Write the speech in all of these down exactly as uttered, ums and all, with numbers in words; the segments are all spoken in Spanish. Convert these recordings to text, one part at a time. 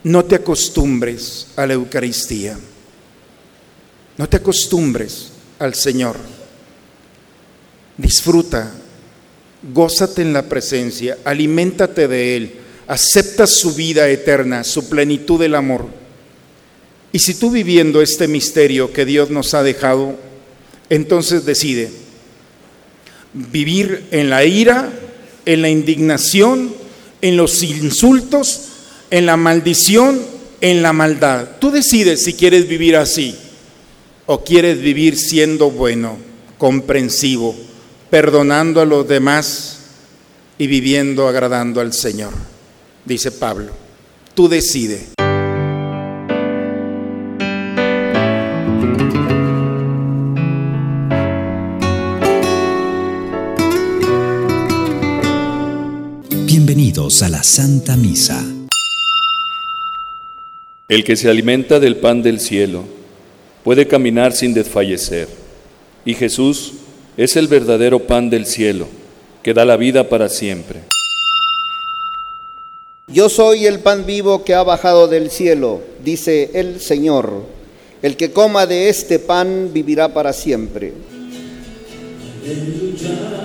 no te acostumbres a la Eucaristía. No te acostumbres al Señor. Disfruta, gózate en la presencia, aliméntate de Él, acepta su vida eterna, su plenitud del amor. Y si tú viviendo este misterio que Dios nos ha dejado, entonces decide vivir en la ira, en la indignación, en los insultos, en la maldición, en la maldad. Tú decides si quieres vivir así o quieres vivir siendo bueno, comprensivo, perdonando a los demás y viviendo agradando al Señor. Dice Pablo, tú decides. Bienvenidos a la Santa Misa. El que se alimenta del pan del cielo puede caminar sin desfallecer, y Jesús es el verdadero pan del cielo, que da la vida para siempre. Yo soy el pan vivo que ha bajado del cielo, dice el Señor. El que coma de este pan vivirá para siempre. Aleluya.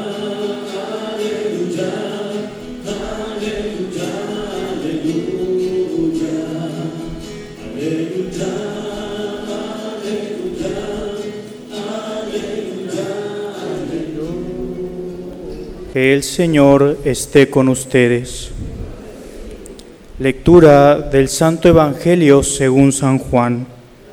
Que el Señor esté con ustedes. Lectura del Santo Evangelio según San Juan.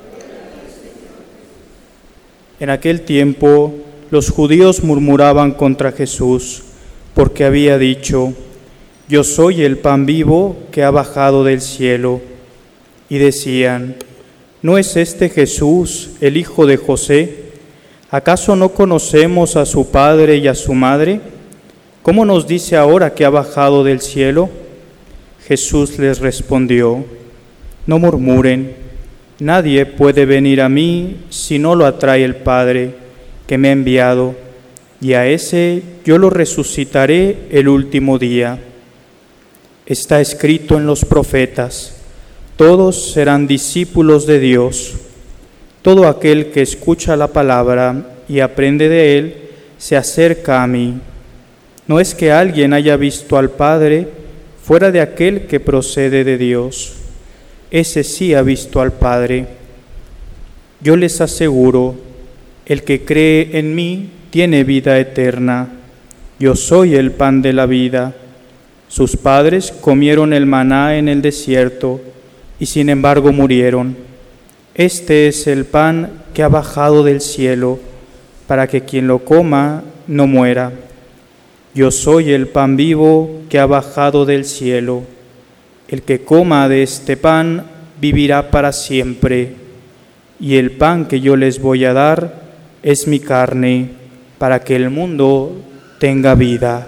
En aquel tiempo, los judíos murmuraban contra Jesús, porque había dicho: Yo soy el pan vivo que ha bajado del cielo. Y decían: ¿No es este Jesús, el hijo de José? ¿Acaso no conocemos a su padre y a su madre? ¿Cómo nos dice ahora que ha bajado del cielo? Jesús les respondió: No murmuren, nadie puede venir a mí si no lo atrae el Padre que me ha enviado, y a ese yo lo resucitaré el último día. Está escrito en los profetas: todos serán discípulos de Dios. Todo aquel que escucha la palabra y aprende de él se acerca a mí. No es que alguien haya visto al Padre fuera de aquel que procede de Dios. Ese sí ha visto al Padre. Yo les aseguro, el que cree en mí tiene vida eterna. Yo soy el pan de la vida. Sus padres comieron el maná en el desierto y sin embargo murieron. Este es el pan que ha bajado del cielo, para que quien lo coma no muera. Yo soy el pan vivo que ha bajado del cielo. El que coma de este pan vivirá para siempre, y el pan que yo les voy a dar es mi carne, para que el mundo tenga vida.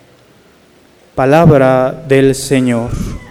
Palabra del Señor.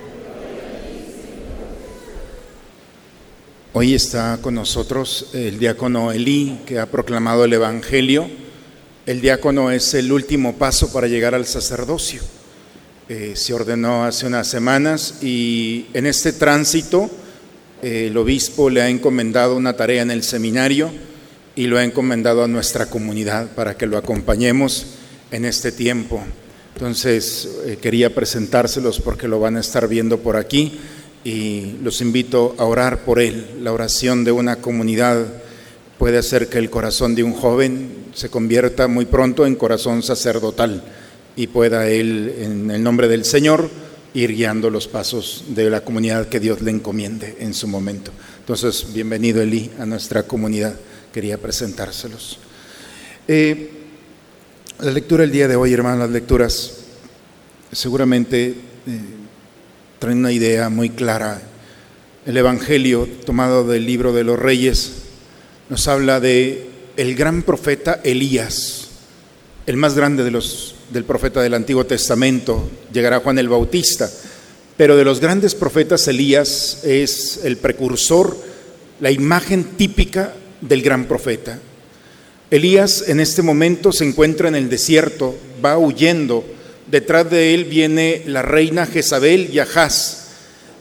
Hoy está con nosotros el diácono Elí, que ha proclamado el Evangelio. El diácono es el último paso para llegar al sacerdocio. Eh, se ordenó hace unas semanas y en este tránsito eh, el obispo le ha encomendado una tarea en el seminario y lo ha encomendado a nuestra comunidad para que lo acompañemos en este tiempo. Entonces eh, quería presentárselos porque lo van a estar viendo por aquí y los invito a orar por él. La oración de una comunidad puede hacer que el corazón de un joven se convierta muy pronto en corazón sacerdotal y pueda él, en el nombre del Señor, ir guiando los pasos de la comunidad que Dios le encomiende en su momento. Entonces, bienvenido Elí a nuestra comunidad. Quería presentárselos. Eh, la lectura del día de hoy, hermanos, las lecturas seguramente eh, traen una idea muy clara. El Evangelio tomado del libro de los Reyes nos habla de el gran profeta Elías, el más grande de los, del profeta del Antiguo Testamento. Llegará Juan el Bautista, pero de los grandes profetas Elías es el precursor, la imagen típica del gran profeta. Elías en este momento se encuentra en el desierto, va huyendo, detrás de él viene la reina Jezabel y Ahaz.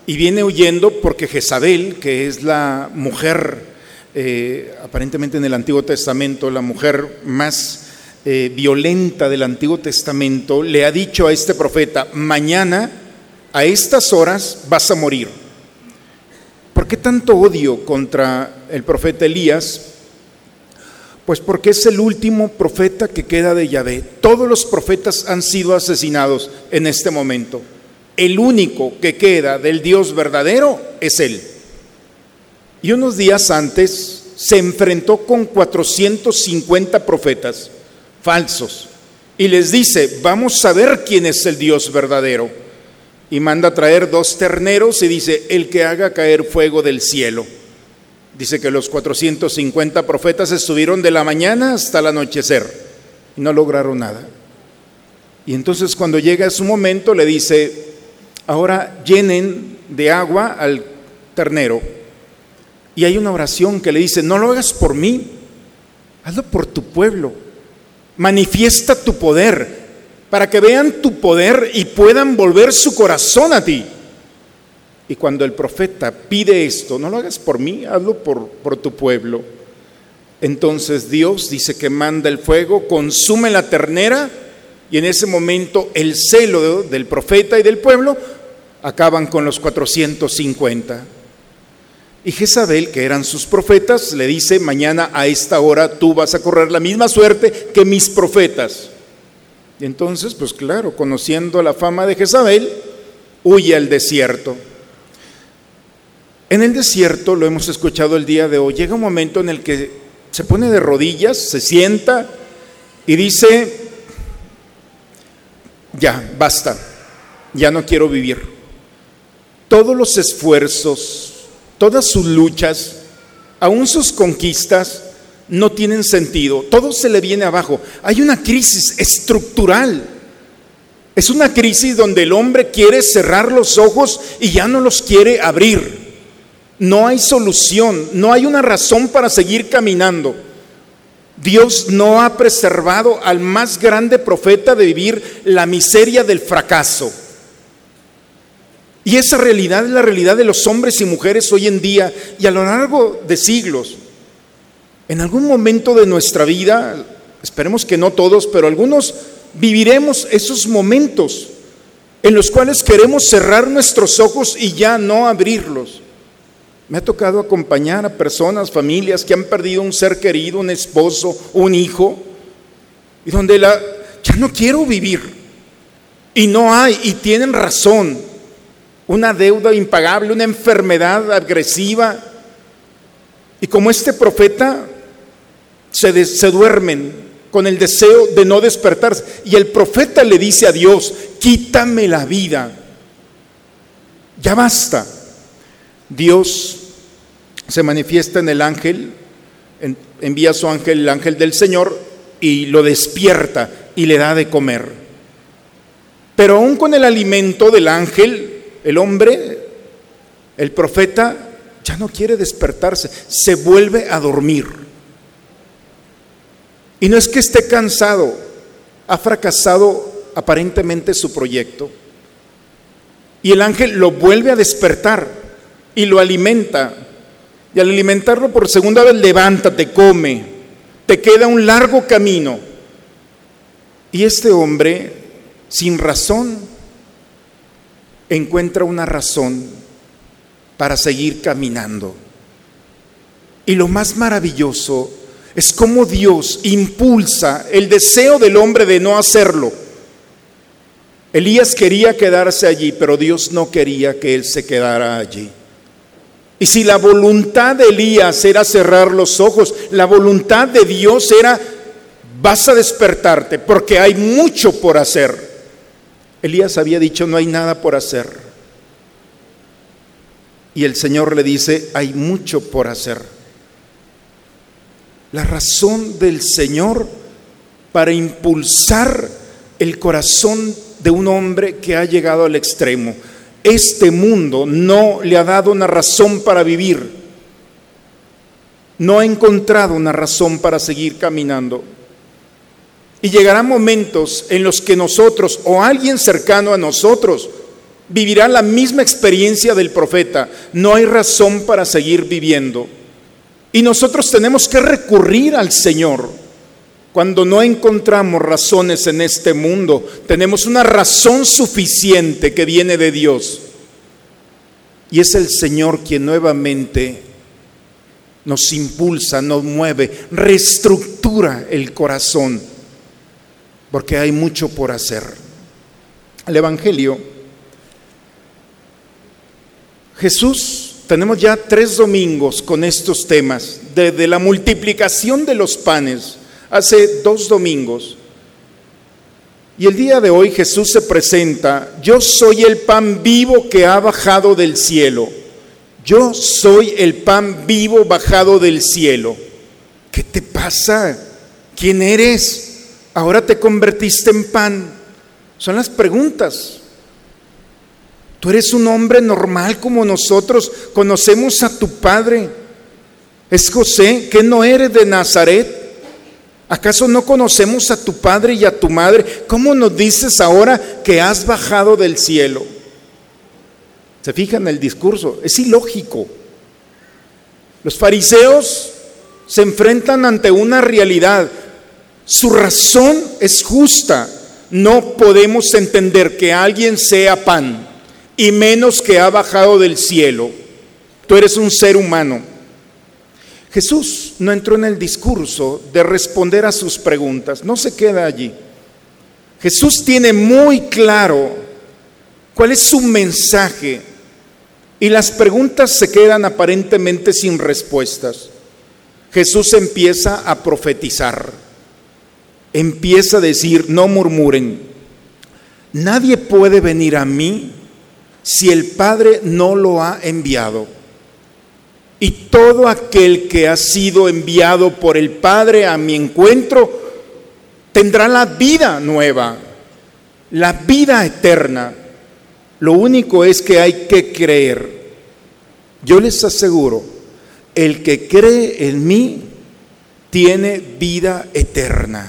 y viene huyendo porque Jezabel, que es la mujer, eh, aparentemente en el Antiguo Testamento, la mujer más eh, violenta del Antiguo Testamento, le ha dicho a este profeta: mañana a estas horas vas a morir. ¿Por qué tanto odio contra el profeta Elías? Pues porque es el último profeta que queda de Yahvé. Todos los profetas han sido asesinados en este momento. El único que queda del Dios verdadero es él. Y unos días antes se enfrentó con cuatrocientos cincuenta profetas falsos y les dice: vamos a ver quién es el Dios verdadero. Y manda a traer dos terneros y dice: el que haga caer fuego del cielo. Dice que los cuatrocientos cincuenta profetas estuvieron de la mañana hasta el anochecer y no lograron nada. Y entonces cuando llega su momento le dice: ahora llenen de agua al ternero. Y hay una oración que le dice: no lo hagas por mí, hazlo por tu pueblo. Manifiesta tu poder para que vean tu poder y puedan volver su corazón a ti. Y cuando el profeta pide esto: no lo hagas por mí, hazlo por, por tu pueblo. Entonces Dios dice que manda el fuego, consume la ternera, y en ese momento el celo del profeta y del pueblo acaban con los cuatrocientos cincuenta. Y Jezabel, que eran sus profetas, le dice: mañana a esta hora tú vas a correr la misma suerte que mis profetas. Y entonces, pues claro, conociendo la fama de Jezabel, huye al desierto. En el desierto, lo hemos escuchado el día de hoy, llega un momento en el que se pone de rodillas, se sienta y dice: ya, basta, ya no quiero vivir. Todos los esfuerzos, todas sus luchas, aún sus conquistas, no tienen sentido. Todo se le viene abajo. Hay una crisis estructural. Es una crisis donde el hombre quiere cerrar los ojos y ya no los quiere abrir. No hay solución, no hay una razón para seguir caminando. Dios no ha preservado al más grande profeta de vivir la miseria del fracaso. Y esa realidad es la realidad de los hombres y mujeres hoy en día y a lo largo de siglos. En algún momento de nuestra vida, esperemos que no todos, pero algunos viviremos esos momentos en los cuales queremos cerrar nuestros ojos y ya no abrirlos. Me ha tocado acompañar a personas, familias que han perdido un ser querido, un esposo, un hijo, y donde la, ya no quiero vivir, y no hay, y tienen razón, una deuda impagable, una enfermedad agresiva, y como este profeta se, de, se duermen con el deseo de no despertarse, y el profeta le dice a Dios: quítame la vida, ya basta. Dios se manifiesta en el ángel, en, envía a su ángel, el ángel del Señor, y lo despierta y le da de comer. Pero aún con el alimento del ángel, el hombre, el profeta, ya no quiere despertarse, se vuelve a dormir. Y no es que esté cansado, ha fracasado aparentemente su proyecto. Y el ángel lo vuelve a despertar y lo alimenta. Y al alimentarlo por segunda vez: levántate, come, te queda un largo camino. Y este hombre, sin razón, encuentra una razón para seguir caminando. Y lo más maravilloso es cómo Dios impulsa el deseo del hombre de no hacerlo. Elías quería quedarse allí, pero Dios no quería que él se quedara allí. Y si la voluntad de Elías era cerrar los ojos, la voluntad de Dios era: vas a despertarte porque hay mucho por hacer. Elías había dicho: no hay nada por hacer. Y el Señor le dice: hay mucho por hacer. La razón del Señor para impulsar el corazón de un hombre que ha llegado al extremo. Este mundo no le ha dado una razón para vivir. No ha encontrado una razón para seguir caminando. Y llegarán momentos en los que nosotros o alguien cercano a nosotros vivirá la misma experiencia del profeta. No hay razón para seguir viviendo. Y nosotros tenemos que recurrir al Señor. Cuando no encontramos razones en este mundo, tenemos una razón suficiente que viene de Dios. Y es el Señor quien nuevamente nos impulsa, nos mueve, reestructura el corazón, porque hay mucho por hacer. El Evangelio, Jesús, tenemos ya tres domingos con estos temas, desde la multiplicación de los panes, hace dos domingos. Y el día de hoy Jesús se presenta: yo soy el pan vivo que ha bajado del cielo. Yo soy el pan vivo bajado del cielo. ¿Qué te pasa? ¿Quién eres? Ahora te convertiste en pan. Son las preguntas. Tú eres un hombre normal como nosotros. Conocemos a tu padre. Es José. ¿Qué no eres de Nazaret? ¿Acaso no conocemos a tu padre y a tu madre? ¿Cómo nos dices ahora que has bajado del cielo? ¿Se fijan en el discurso? Es ilógico. Los fariseos se enfrentan ante una realidad. Su razón es justa. No podemos entender que alguien sea pan, y menos que ha bajado del cielo. Tú eres un ser humano. Jesús no entró en el discurso de responder a sus preguntas, no se queda allí. Jesús tiene muy claro cuál es su mensaje, y las preguntas se quedan aparentemente sin respuestas. Jesús empieza a profetizar, empieza a decir: no murmuren, nadie puede venir a mí si el Padre no lo ha enviado. Y todo aquel que ha sido enviado por el Padre a mi encuentro tendrá la vida nueva, la vida eterna. Lo único es que hay que creer. Yo les aseguro, el que cree en mí tiene vida eterna.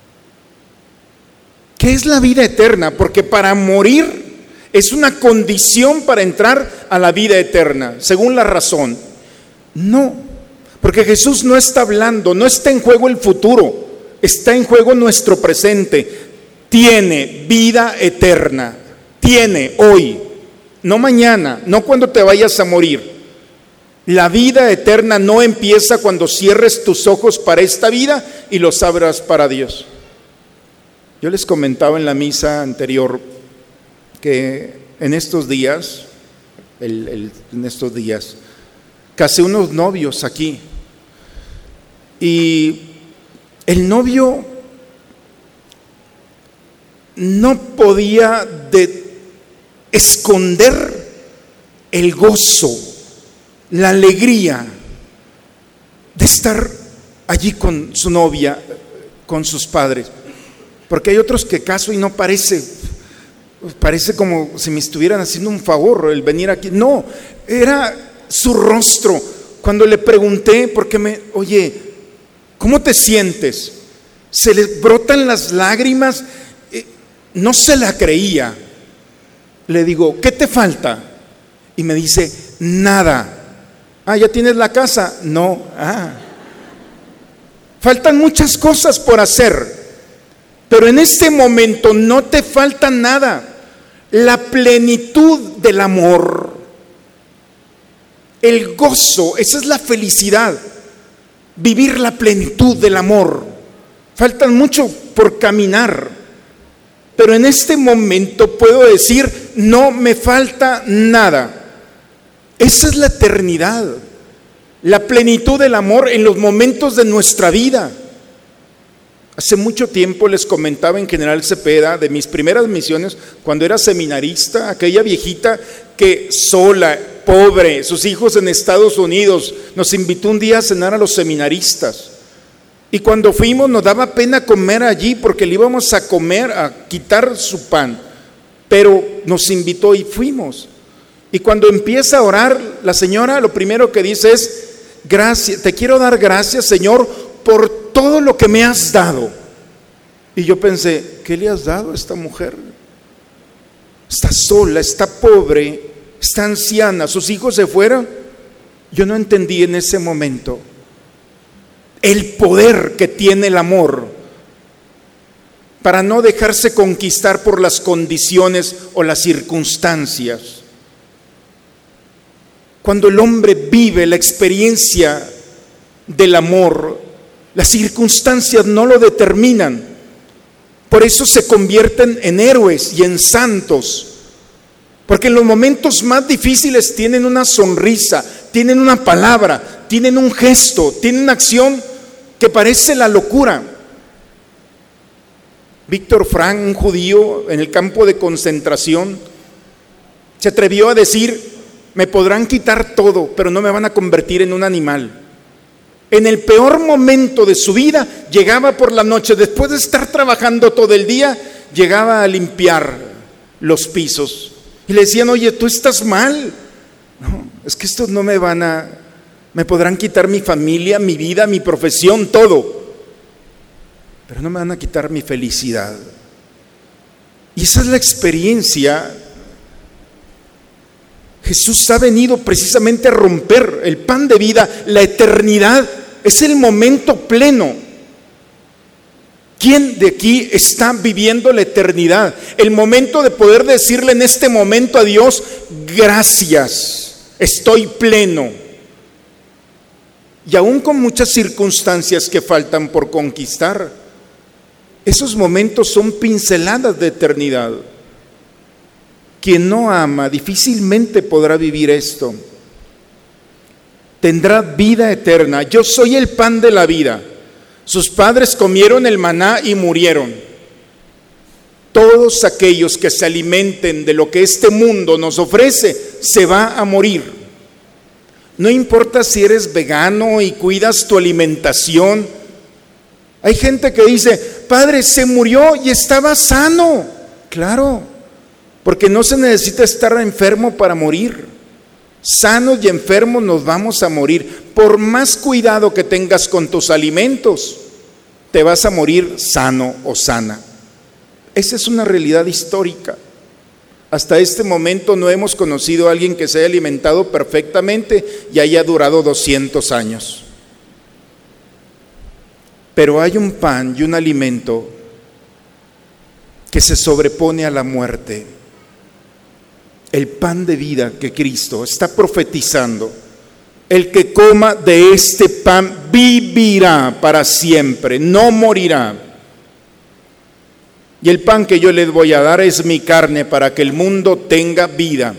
¿Qué es la vida eterna? Porque para morir es una condición para entrar a la vida eterna, según la razón. No, porque Jesús no está hablando, no está en juego el futuro, está en juego nuestro presente. Tiene vida eterna, tiene hoy, no mañana, no cuando te vayas a morir. La vida eterna no empieza cuando cierres tus ojos para esta vida y los abras para Dios. Yo les comentaba en la misa anterior que en estos días, el, el, en estos días, casé unos novios aquí, y el novio no podía de esconder el gozo, la alegría de estar allí con su novia, con sus padres, porque hay otros que caso y no parece, parece como si me estuvieran haciendo un favor el venir aquí. No, era su rostro. Cuando le pregunté, porque me, oye, ¿cómo te sientes? Se le brotan las lágrimas, eh, no se la creía. Le digo: ¿qué te falta? Y me dice: nada. Ah, ¿ya tienes la casa? No. Ah, faltan muchas cosas por hacer, pero en este momento no te falta nada. La plenitud del amor, el gozo, esa es la felicidad, vivir la plenitud del amor. Faltan mucho por caminar, pero en este momento puedo decir: no me falta nada. Esa es la eternidad, la plenitud del amor en los momentos de nuestra vida. Hace mucho tiempo les comentaba en General Cepeda de mis primeras misiones, cuando era seminarista, aquella viejita que sola, pobre, sus hijos en Estados Unidos, nos invitó un día a cenar a los seminaristas. Y cuando fuimos nos daba pena comer allí porque le íbamos a comer, a quitar su pan, pero nos invitó y fuimos. Y cuando empieza a orar, la señora lo primero que dice es: gracias, te quiero dar gracias, Señor, por todo lo que me has dado. Y yo pensé: ¿qué le has dado a esta mujer? está sola, está pobre, está anciana, sus hijos se fueron. Yo no entendí en ese momento el poder que tiene el amor para no dejarse conquistar por las condiciones o las circunstancias. Cuando el hombre vive la experiencia del amor, las circunstancias no lo determinan. Por eso se convierten en héroes y en santos. Porque en los momentos más difíciles tienen una sonrisa, tienen una palabra, tienen un gesto, tienen una acción que parece la locura. Víctor Frank, un judío en el campo de concentración, se atrevió a decir: me podrán quitar todo, pero no me van a convertir en un animal. En el peor momento de su vida, llegaba por la noche, después de estar trabajando todo el día, llegaba a limpiar los pisos. Y le decían: oye, tú estás mal. No, es que estos no me van a, me podrán quitar mi familia, mi vida, mi profesión, todo, pero no me van a quitar mi felicidad. Y esa es la experiencia. Jesús ha venido precisamente a romper el pan de vida, la eternidad. Es el momento pleno. ¿Quién de aquí está viviendo la eternidad? El momento de poder decirle en este momento a Dios: gracias, estoy pleno. Y aún con muchas circunstancias que faltan por conquistar, esos momentos son pinceladas de eternidad. Quien no ama difícilmente podrá vivir esto. Tendrá vida eterna. Yo soy el pan de la vida. Sus padres comieron el maná y murieron. Todos aquellos que se alimenten de lo que este mundo nos ofrece, se va a morir. No importa si eres vegano y cuidas tu alimentación. Hay gente que dice: padre, se murió y estaba sano. Claro, porque no se necesita estar enfermo para morir. Sanos y enfermos nos vamos a morir. Por más cuidado que tengas con tus alimentos, te vas a morir sano o sana. Esa es una realidad histórica. Hasta este momento no hemos conocido a alguien que se haya alimentado perfectamente y haya durado doscientos años. Pero hay un pan y un alimento que se sobrepone a la muerte. El pan de vida que Cristo está profetizando. El que coma de este pan vivirá para siempre, no morirá. Y el pan que yo les voy a dar es mi carne, para que el mundo tenga vida.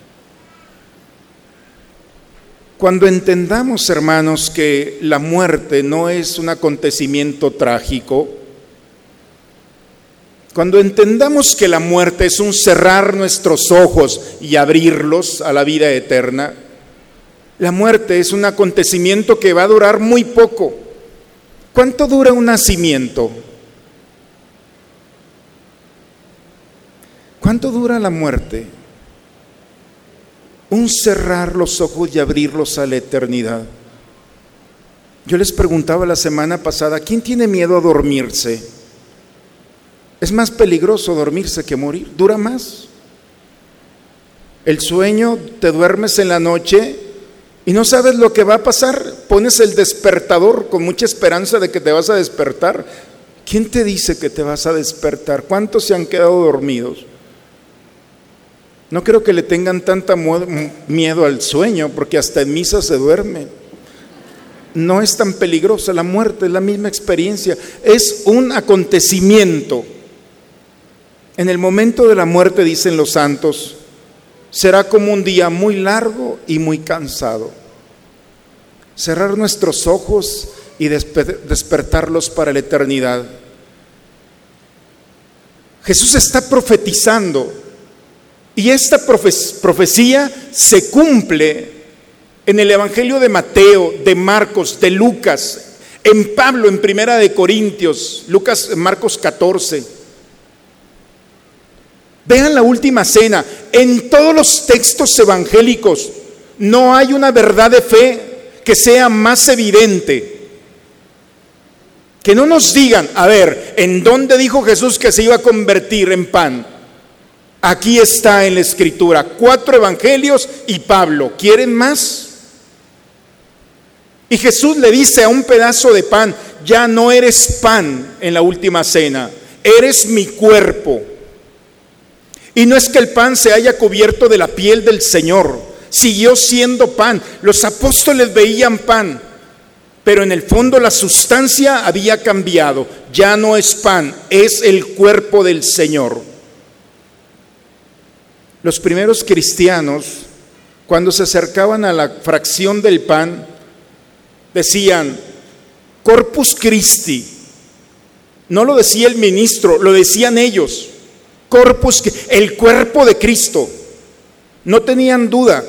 Cuando entendamos, hermanos, que la muerte no es un acontecimiento trágico, cuando entendamos que la muerte es un cerrar nuestros ojos y abrirlos a la vida eterna, la muerte es un acontecimiento que va a durar muy poco. ¿Cuánto dura un nacimiento? ¿Cuánto dura la muerte? Un cerrar los ojos y abrirlos a la eternidad. Yo les preguntaba la semana pasada: ¿quién tiene miedo a dormirse? Es más peligroso dormirse que morir, dura más. El sueño, te duermes en la noche y no sabes lo que va a pasar. Pones el despertador con mucha esperanza de que te vas a despertar. ¿Quién te dice que te vas a despertar? ¿Cuántos se han quedado dormidos? No creo que le tengan tanta miedo al sueño, porque hasta en misa se duerme. No es tan peligrosa la muerte, es la misma experiencia. Es un acontecimiento. En el momento de la muerte, dicen los santos, será como un día muy largo y muy cansado. Cerrar nuestros ojos y desper- despertarlos para la eternidad. Jesús está profetizando, y esta profe- profecía se cumple en el Evangelio de Mateo, de Marcos, de Lucas, en Pablo, en Primera de Corintios, Lucas, Marcos catorce. Vean la última cena. En todos los textos evangélicos no hay una verdad de fe que sea más evidente. Que no nos digan: a ver, ¿en dónde dijo Jesús que se iba a convertir en pan? Aquí está en la Escritura, cuatro evangelios y Pablo. ¿Quieren más? Y Jesús le dice a un pedazo de pan: ya no eres pan en la última cena, eres mi cuerpo. Y no es que el pan se haya cubierto de la piel del Señor, siguió siendo pan. Los apóstoles veían pan, pero en el fondo la sustancia había cambiado. Ya no es pan, es el cuerpo del Señor. Los primeros cristianos, cuando se acercaban a la fracción del pan, decían Corpus Christi. No lo decía el ministro, lo decían ellos. Corpus, el cuerpo de Cristo. No tenían duda.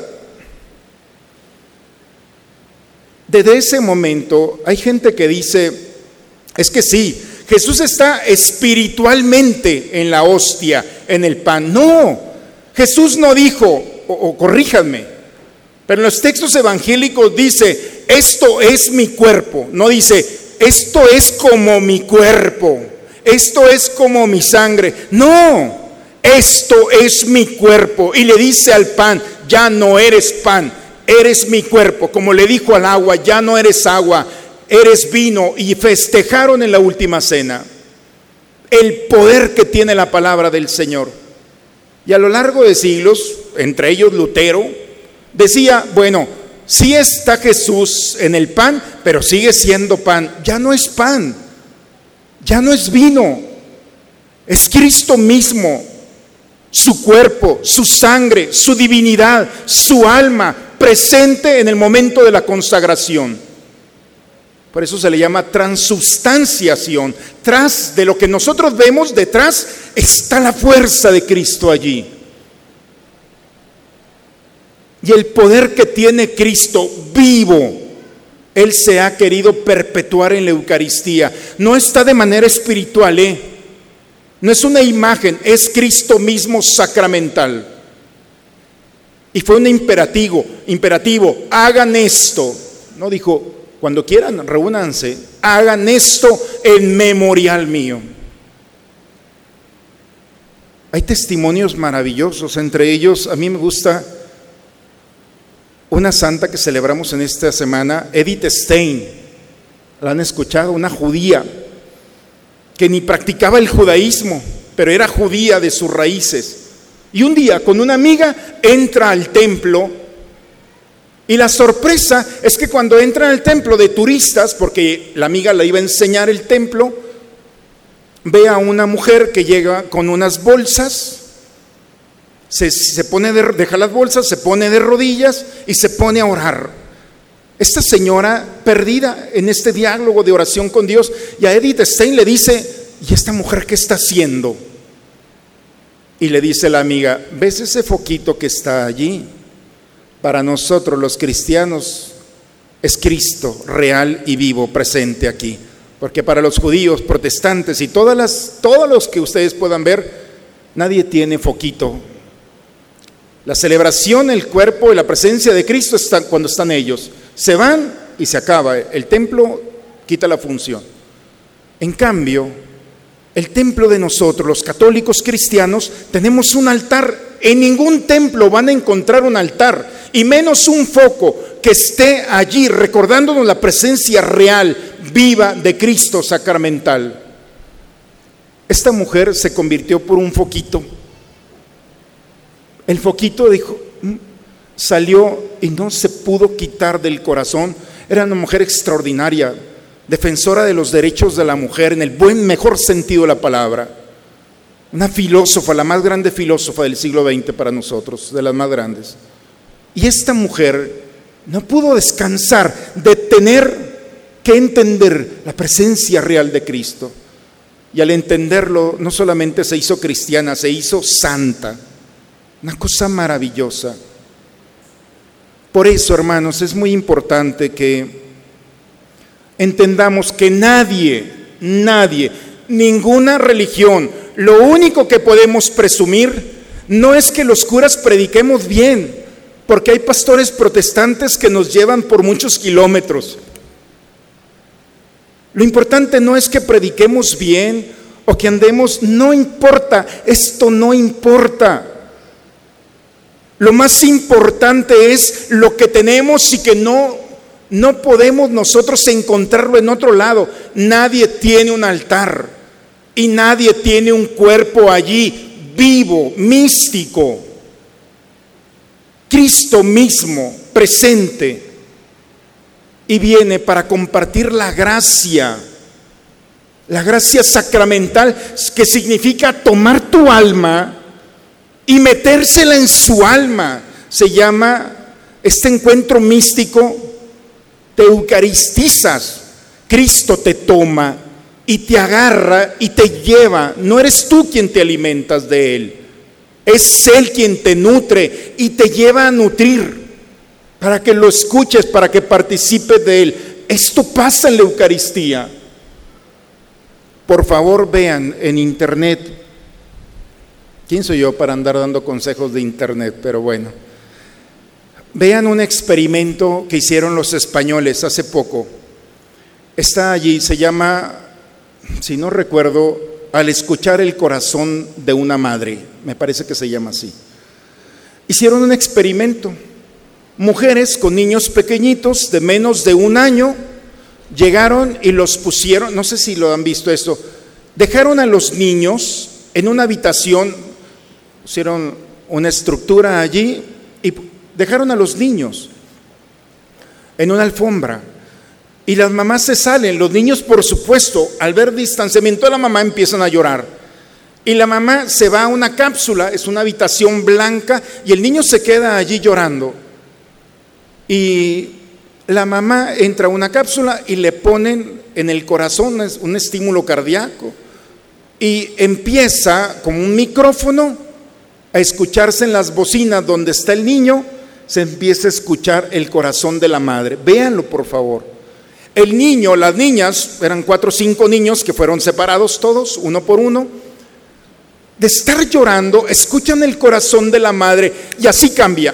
Desde ese momento hay gente que dice, es que sí, Jesús está espiritualmente en la hostia, en el pan. No, Jesús no dijo, o, o corríjanme, pero en los textos evangélicos dice, esto es mi cuerpo. No dice, esto es como mi cuerpo, esto es como mi sangre. No, esto es mi cuerpo. Y le dice al pan, ya no eres pan, eres mi cuerpo. Como le dijo al agua, ya no eres agua, eres vino. Y festejaron en la última cena el poder que tiene la palabra del Señor. Y a lo largo de siglos, entre ellos Lutero, decía, bueno, sí está Jesús en el pan, pero sigue siendo pan. Ya no es pan, ya no es vino, es Cristo mismo, su cuerpo, su sangre, su divinidad, su alma, presente en el momento de la consagración. Por eso se le llama transubstanciación. Tras de lo que nosotros vemos, detrás está la fuerza de Cristo allí. Y el poder que tiene Cristo vivo, Él se ha querido perpetuar en la Eucaristía. No está de manera espiritual, ¿eh? No es una imagen, es Cristo mismo sacramental. Y fue un imperativo, imperativo, hagan esto. No dijo, cuando quieran, reúnanse, hagan esto en memorial mío. Hay testimonios maravillosos, entre ellos a mí me gusta una santa que celebramos en esta semana, Edith Stein. ¿La han escuchado? Una judía que ni practicaba el judaísmo, pero era judía de sus raíces. Y un día con una amiga entra al templo. Y la sorpresa es que cuando entran al templo de turistas, porque la amiga le iba a enseñar el templo, ve a una mujer que llega con unas bolsas, se, se pone de, deja las bolsas, se pone de rodillas y se pone a orar. Esta señora perdida en este diálogo de oración con Dios, y a Edith Stein le dice, ¿y esta mujer qué está haciendo? Y le dice la amiga, ¿ves ese foquito que está allí? Para nosotros los cristianos es Cristo real y vivo presente aquí, porque para los judíos, protestantes y todas las, todos los que ustedes puedan ver, nadie tiene foquito. La celebración, el cuerpo y la presencia de Cristo están cuando están ellos. Se van y se acaba, el templo quita la función. En cambio, el templo de nosotros, los católicos cristianos, tenemos un altar. En ningún templo van a encontrar un altar, y menos un foco que esté allí recordándonos la presencia real, viva de Cristo sacramental. Esta mujer se convirtió por un foquito. El foquito dijo, salió y no se pudo quitar del corazón. Era una mujer extraordinaria, defensora de los derechos de la mujer en el buen, mejor sentido de la palabra. Una filósofa, la más grande filósofa del siglo veinte para nosotros, de las más grandes. Y esta mujer no pudo descansar de tener que entender la presencia real de Cristo. Y al entenderlo, no solamente se hizo cristiana, se hizo santa. Una cosa maravillosa. Por eso, hermanos, es muy importante que entendamos que nadie, nadie, ninguna religión, lo único que podemos presumir no es que los curas prediquemos bien, porque hay pastores protestantes que nos llevan por muchos kilómetros. Lo importante no es que prediquemos bien o que andemos, no importa, esto no importa. Lo más importante es lo que tenemos y que no, no podemos nosotros encontrarlo en otro lado. Nadie tiene un altar y nadie tiene un cuerpo allí vivo, místico. Cristo mismo presente y viene para compartir la gracia, la gracia sacramental, que significa tomar tu alma y metérsela en su alma. Se llama este encuentro místico, te eucaristizas. Cristo te toma y te agarra y te lleva. No eres tú quien te alimentas de Él, es Él quien te nutre y te lleva a nutrir para que lo escuches, para que participes de Él. Esto pasa en la Eucaristía. Por favor, vean en internet. ¿Quién soy yo para andar dando consejos de internet? Pero bueno, vean un experimento que hicieron los españoles hace poco. Está allí, se llama, si no recuerdo, Al escuchar el corazón de una madre, me parece que se llama así. Hicieron un experimento. Mujeres con niños pequeñitos de menos de un año llegaron y los pusieron, no sé si lo han visto esto, dejaron a los niños en una habitación, pusieron una estructura allí y dejaron a los niños en una alfombra. Y las mamás se salen, los niños por supuesto, al ver distanciamiento de la mamá empiezan a llorar. Y la mamá se va a una cápsula, es una habitación blanca, y el niño se queda allí llorando. Y la mamá entra a una cápsula y le ponen en el corazón un estímulo cardíaco. Y empieza como un micrófono a escucharse en las bocinas donde está el niño, se empieza a escuchar el corazón de la madre. Véanlo por favor. El niño, las niñas, eran cuatro o cinco niños que fueron separados todos, uno por uno. De estar llorando, escuchan el corazón de la madre y así cambia.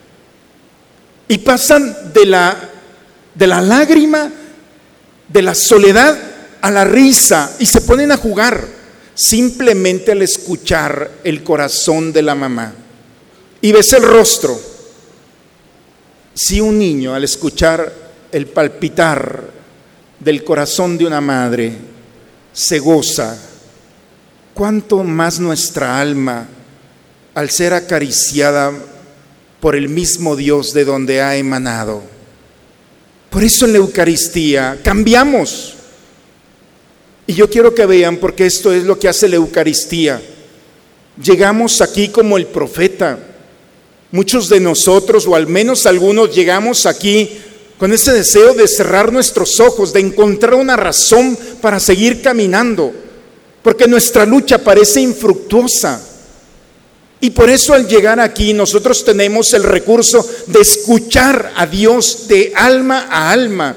Y pasan de la, de la lágrima, de la soledad a la risa y se ponen a jugar simplemente al escuchar el corazón de la mamá. Y ves el rostro. Si un niño al escuchar el palpitar del corazón de una madre se goza, cuánto más nuestra alma al ser acariciada por el mismo Dios de donde ha emanado. Por eso en la Eucaristía cambiamos. Y yo quiero que vean, porque esto es lo que hace la Eucaristía. Llegamos aquí como el profeta. Muchos de nosotros, o al menos algunos, llegamos aquí con ese deseo de cerrar nuestros ojos, de encontrar una razón para seguir caminando, porque nuestra lucha parece infructuosa. Y por eso al llegar aquí nosotros tenemos el recurso de escuchar a Dios de alma a alma.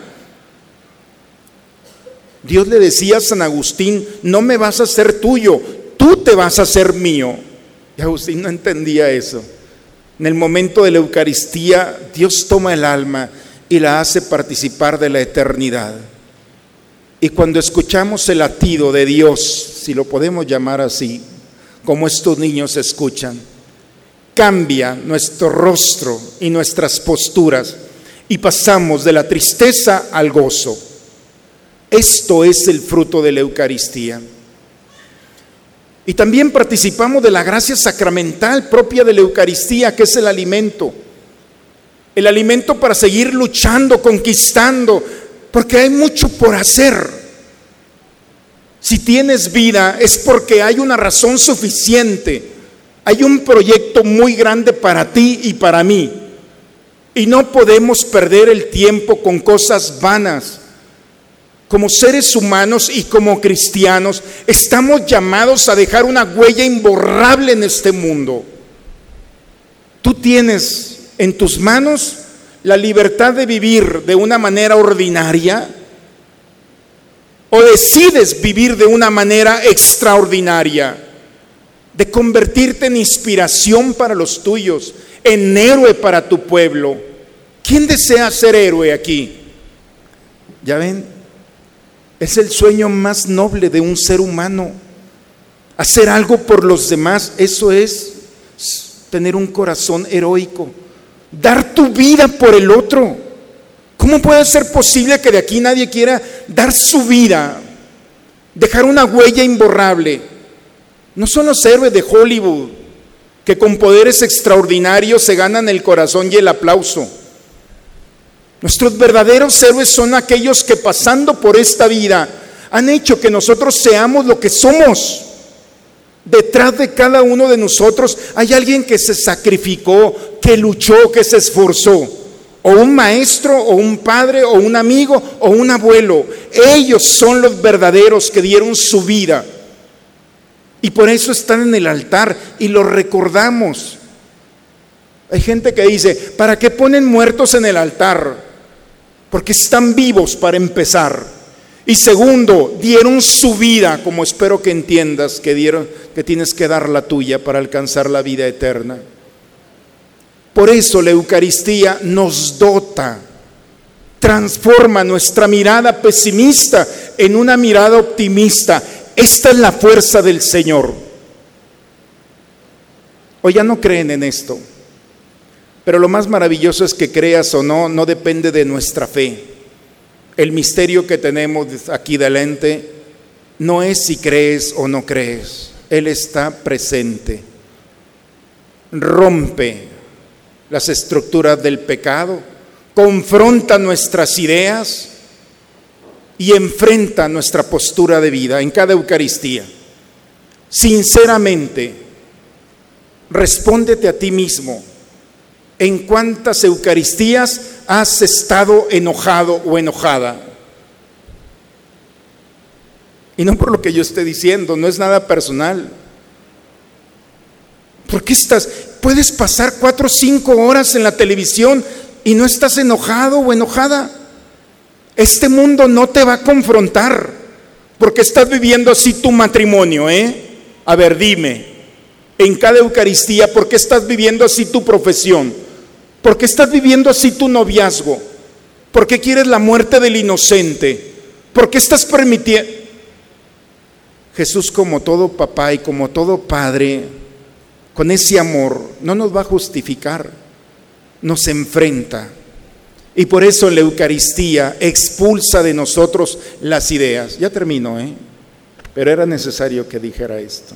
Dios le decía a San Agustín: no me vas a hacer tuyo, tú te vas a hacer mío. Y Agustín no entendía eso. En el momento de la Eucaristía, Dios toma el alma y la hace participar de la eternidad. Y cuando escuchamos el latido de Dios, si lo podemos llamar así, como estos niños escuchan, cambia nuestro rostro y nuestras posturas y pasamos de la tristeza al gozo. Esto es el fruto de la Eucaristía. Y también participamos de la gracia sacramental propia de la Eucaristía, que es el alimento. El alimento para seguir luchando, conquistando, porque hay mucho por hacer. Si tienes vida es porque hay una razón suficiente. Hay un proyecto muy grande para ti y para mí. Y no podemos perder el tiempo con cosas vanas. Como seres humanos y como cristianos, estamos llamados a dejar una huella imborrable en este mundo. Tú tienes en tus manos la libertad de vivir de una manera ordinaria o decides vivir de una manera extraordinaria, de convertirte en inspiración para los tuyos, en héroe para tu pueblo. ¿Quién desea ser héroe aquí? ¿Ya ven? Es el sueño más noble de un ser humano. hacer algo por los demás, eso es tener un corazón heroico, dar tu vida por el otro. ¿Cómo puede ser posible que de aquí nadie quiera dar su vida, dejar una huella imborrable? No son los héroes de Hollywood que con poderes extraordinarios se ganan el corazón y el aplauso. Nuestros verdaderos héroes son aquellos que pasando por esta vida han hecho que nosotros seamos lo que somos. Detrás de cada uno de nosotros hay alguien que se sacrificó, que luchó, que se esforzó. O un maestro, o un padre, o un amigo, o un abuelo. Ellos son los verdaderos que dieron su vida. Y por eso están en el altar y los recordamos. Hay gente que dice, ¿para qué ponen muertos en el altar? Porque están vivos para empezar. Y segundo, dieron su vida, como espero que entiendas que dieron, que tienes que dar la tuya para alcanzar la vida eterna. Por eso la Eucaristía nos dota, transforma nuestra mirada pesimista en una mirada optimista. Esta es la fuerza del Señor. O ya no creen en esto, pero lo más maravilloso es que creas o no, no depende de nuestra fe. El misterio que tenemos aquí delante no es si crees o no crees. Él está presente. Rompe las estructuras del pecado, confronta nuestras ideas y enfrenta nuestra postura de vida en cada Eucaristía. Sinceramente, respóndete a ti mismo. ¿En cuántas Eucaristías has estado enojado o enojada? Y no por lo que yo esté diciendo, no es nada personal. ¿Por qué estás? Puedes pasar cuatro o cinco horas en la televisión y no estás enojado o enojada. Este mundo no te va a confrontar porque estás viviendo así tu matrimonio, ¿eh? A ver, dime, en cada Eucaristía, ¿por qué estás viviendo así tu profesión? ¿Por qué estás viviendo así tu noviazgo? ¿Por qué quieres la muerte del inocente? ¿Por qué estás permitiendo? Jesús, como todo papá y como todo padre, con ese amor, no nos va a justificar, nos enfrenta. Y por eso en la Eucaristía expulsa de nosotros las ideas. Ya termino, ¿eh? Pero era necesario que dijera esto.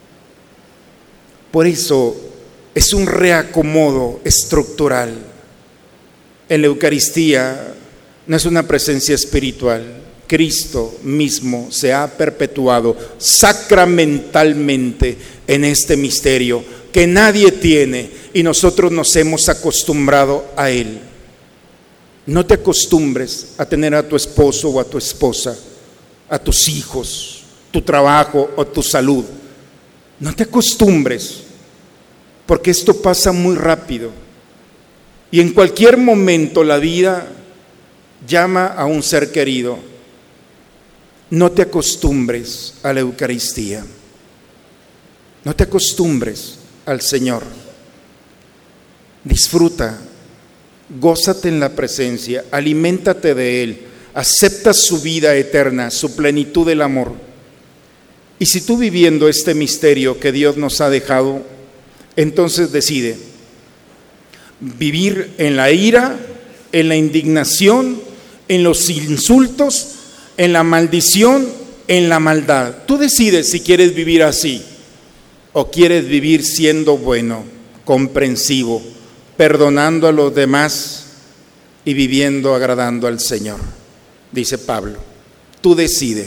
Por eso es un reacomodo estructural. En la Eucaristía no es una presencia espiritual. Cristo mismo se ha perpetuado sacramentalmente en este misterio que nadie tiene y nosotros nos hemos acostumbrado a él. No te acostumbres a tener a tu esposo o a tu esposa, a tus hijos, tu trabajo o tu salud. No te acostumbres, porque esto pasa muy rápido y en cualquier momento la vida llama a un ser querido. No te acostumbres a la Eucaristía, no te acostumbres al Señor. Disfruta, gózate en la presencia, aliméntate de Él, acepta su vida eterna, su plenitud del amor. Y si tú viviendo este misterio que Dios nos ha dejado, entonces decide vivir en la ira, en la indignación, en los insultos, en la maldición, en la maldad. Tú decides si quieres vivir así o quieres vivir siendo bueno, comprensivo, perdonando a los demás y viviendo agradando al Señor. Dice Pablo, tú decides.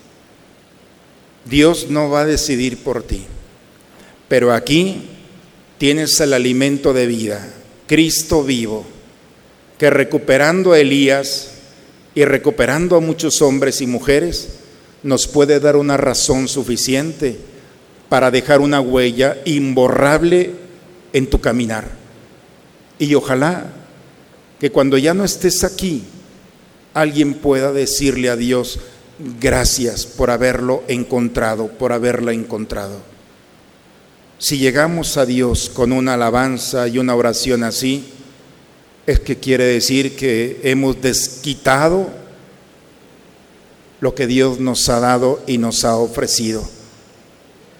Dios no va a decidir por ti, pero aquí tienes el alimento de vida, Cristo vivo, que recuperando a Elías y recuperando a muchos hombres y mujeres, nos puede dar una razón suficiente para dejar una huella imborrable en tu caminar. Y ojalá que cuando ya no estés aquí, alguien pueda decirle a Dios, gracias por haberlo encontrado, por haberla encontrado. Si llegamos a Dios con una alabanza y una oración así, es que quiere decir que hemos desquitado lo que Dios nos ha dado y nos ha ofrecido.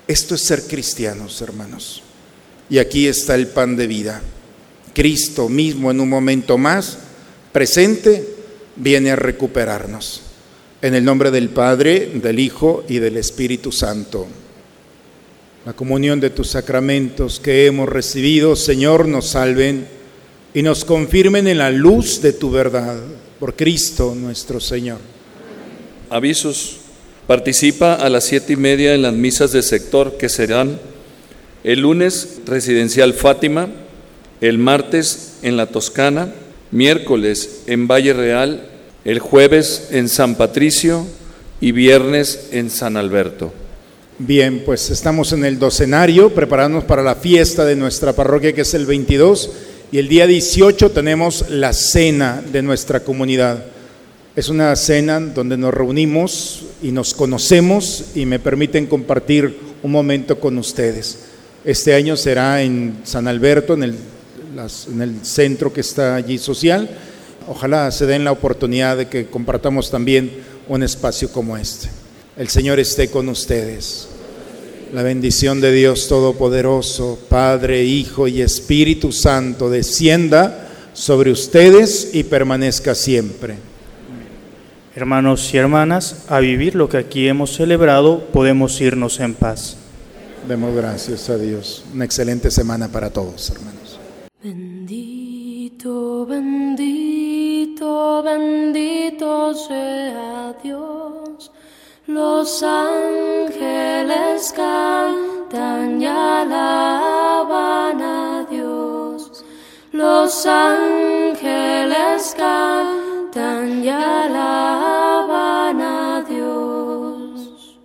Esto es ser cristianos, hermanos. Y aquí está el pan de vida. Cristo mismo en un momento más presente viene a recuperarnos. En el nombre del Padre, del Hijo y del Espíritu Santo. La comunión de tus sacramentos que hemos recibido, Señor, nos salven y nos confirmen en la luz de tu verdad. Por Cristo nuestro Señor. Avisos. Participa a las siete y media en las misas de sector que serán el lunes Residencial Fátima, el martes en La Toscana, miércoles en Valle Real, el jueves en San Patricio y viernes en San Alberto. Bien, pues estamos en el docenario, preparándonos para la fiesta de nuestra parroquia, que es el veintidós, y el día dieciocho tenemos la cena de nuestra comunidad. Es una cena donde nos reunimos y nos conocemos y me permiten compartir un momento con ustedes. Este año será en San Alberto, en el, las, en el centro que está allí social. Ojalá se den la oportunidad de que compartamos también un espacio como este. El Señor esté con ustedes. La bendición de Dios Todopoderoso, Padre, Hijo y Espíritu Santo, descienda sobre ustedes y permanezca siempre. Hermanos y hermanas, a vivir lo que aquí hemos celebrado, podemos irnos en paz. Demos gracias a Dios. Una excelente semana para todos, hermanos. Bendito, bendito, bendito sea Dios. Los ángeles cantan y alaban a Dios. Los ángeles cantan y alaban a Dios.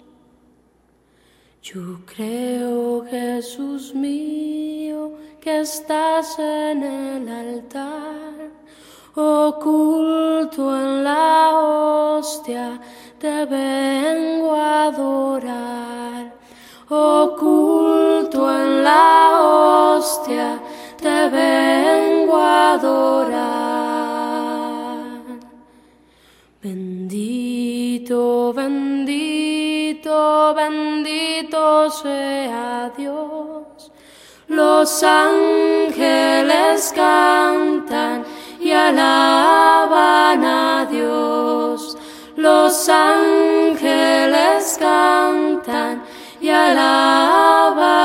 Yo creo, Jesús mío, que estás en el altar, oculto en la hostia, te vengo a adorar. Oculto en la hostia, te vengo a adorar. Bendito, bendito, bendito sea Dios. Los ángeles cantan y alaban a Dios. Los ángeles cantan y alaban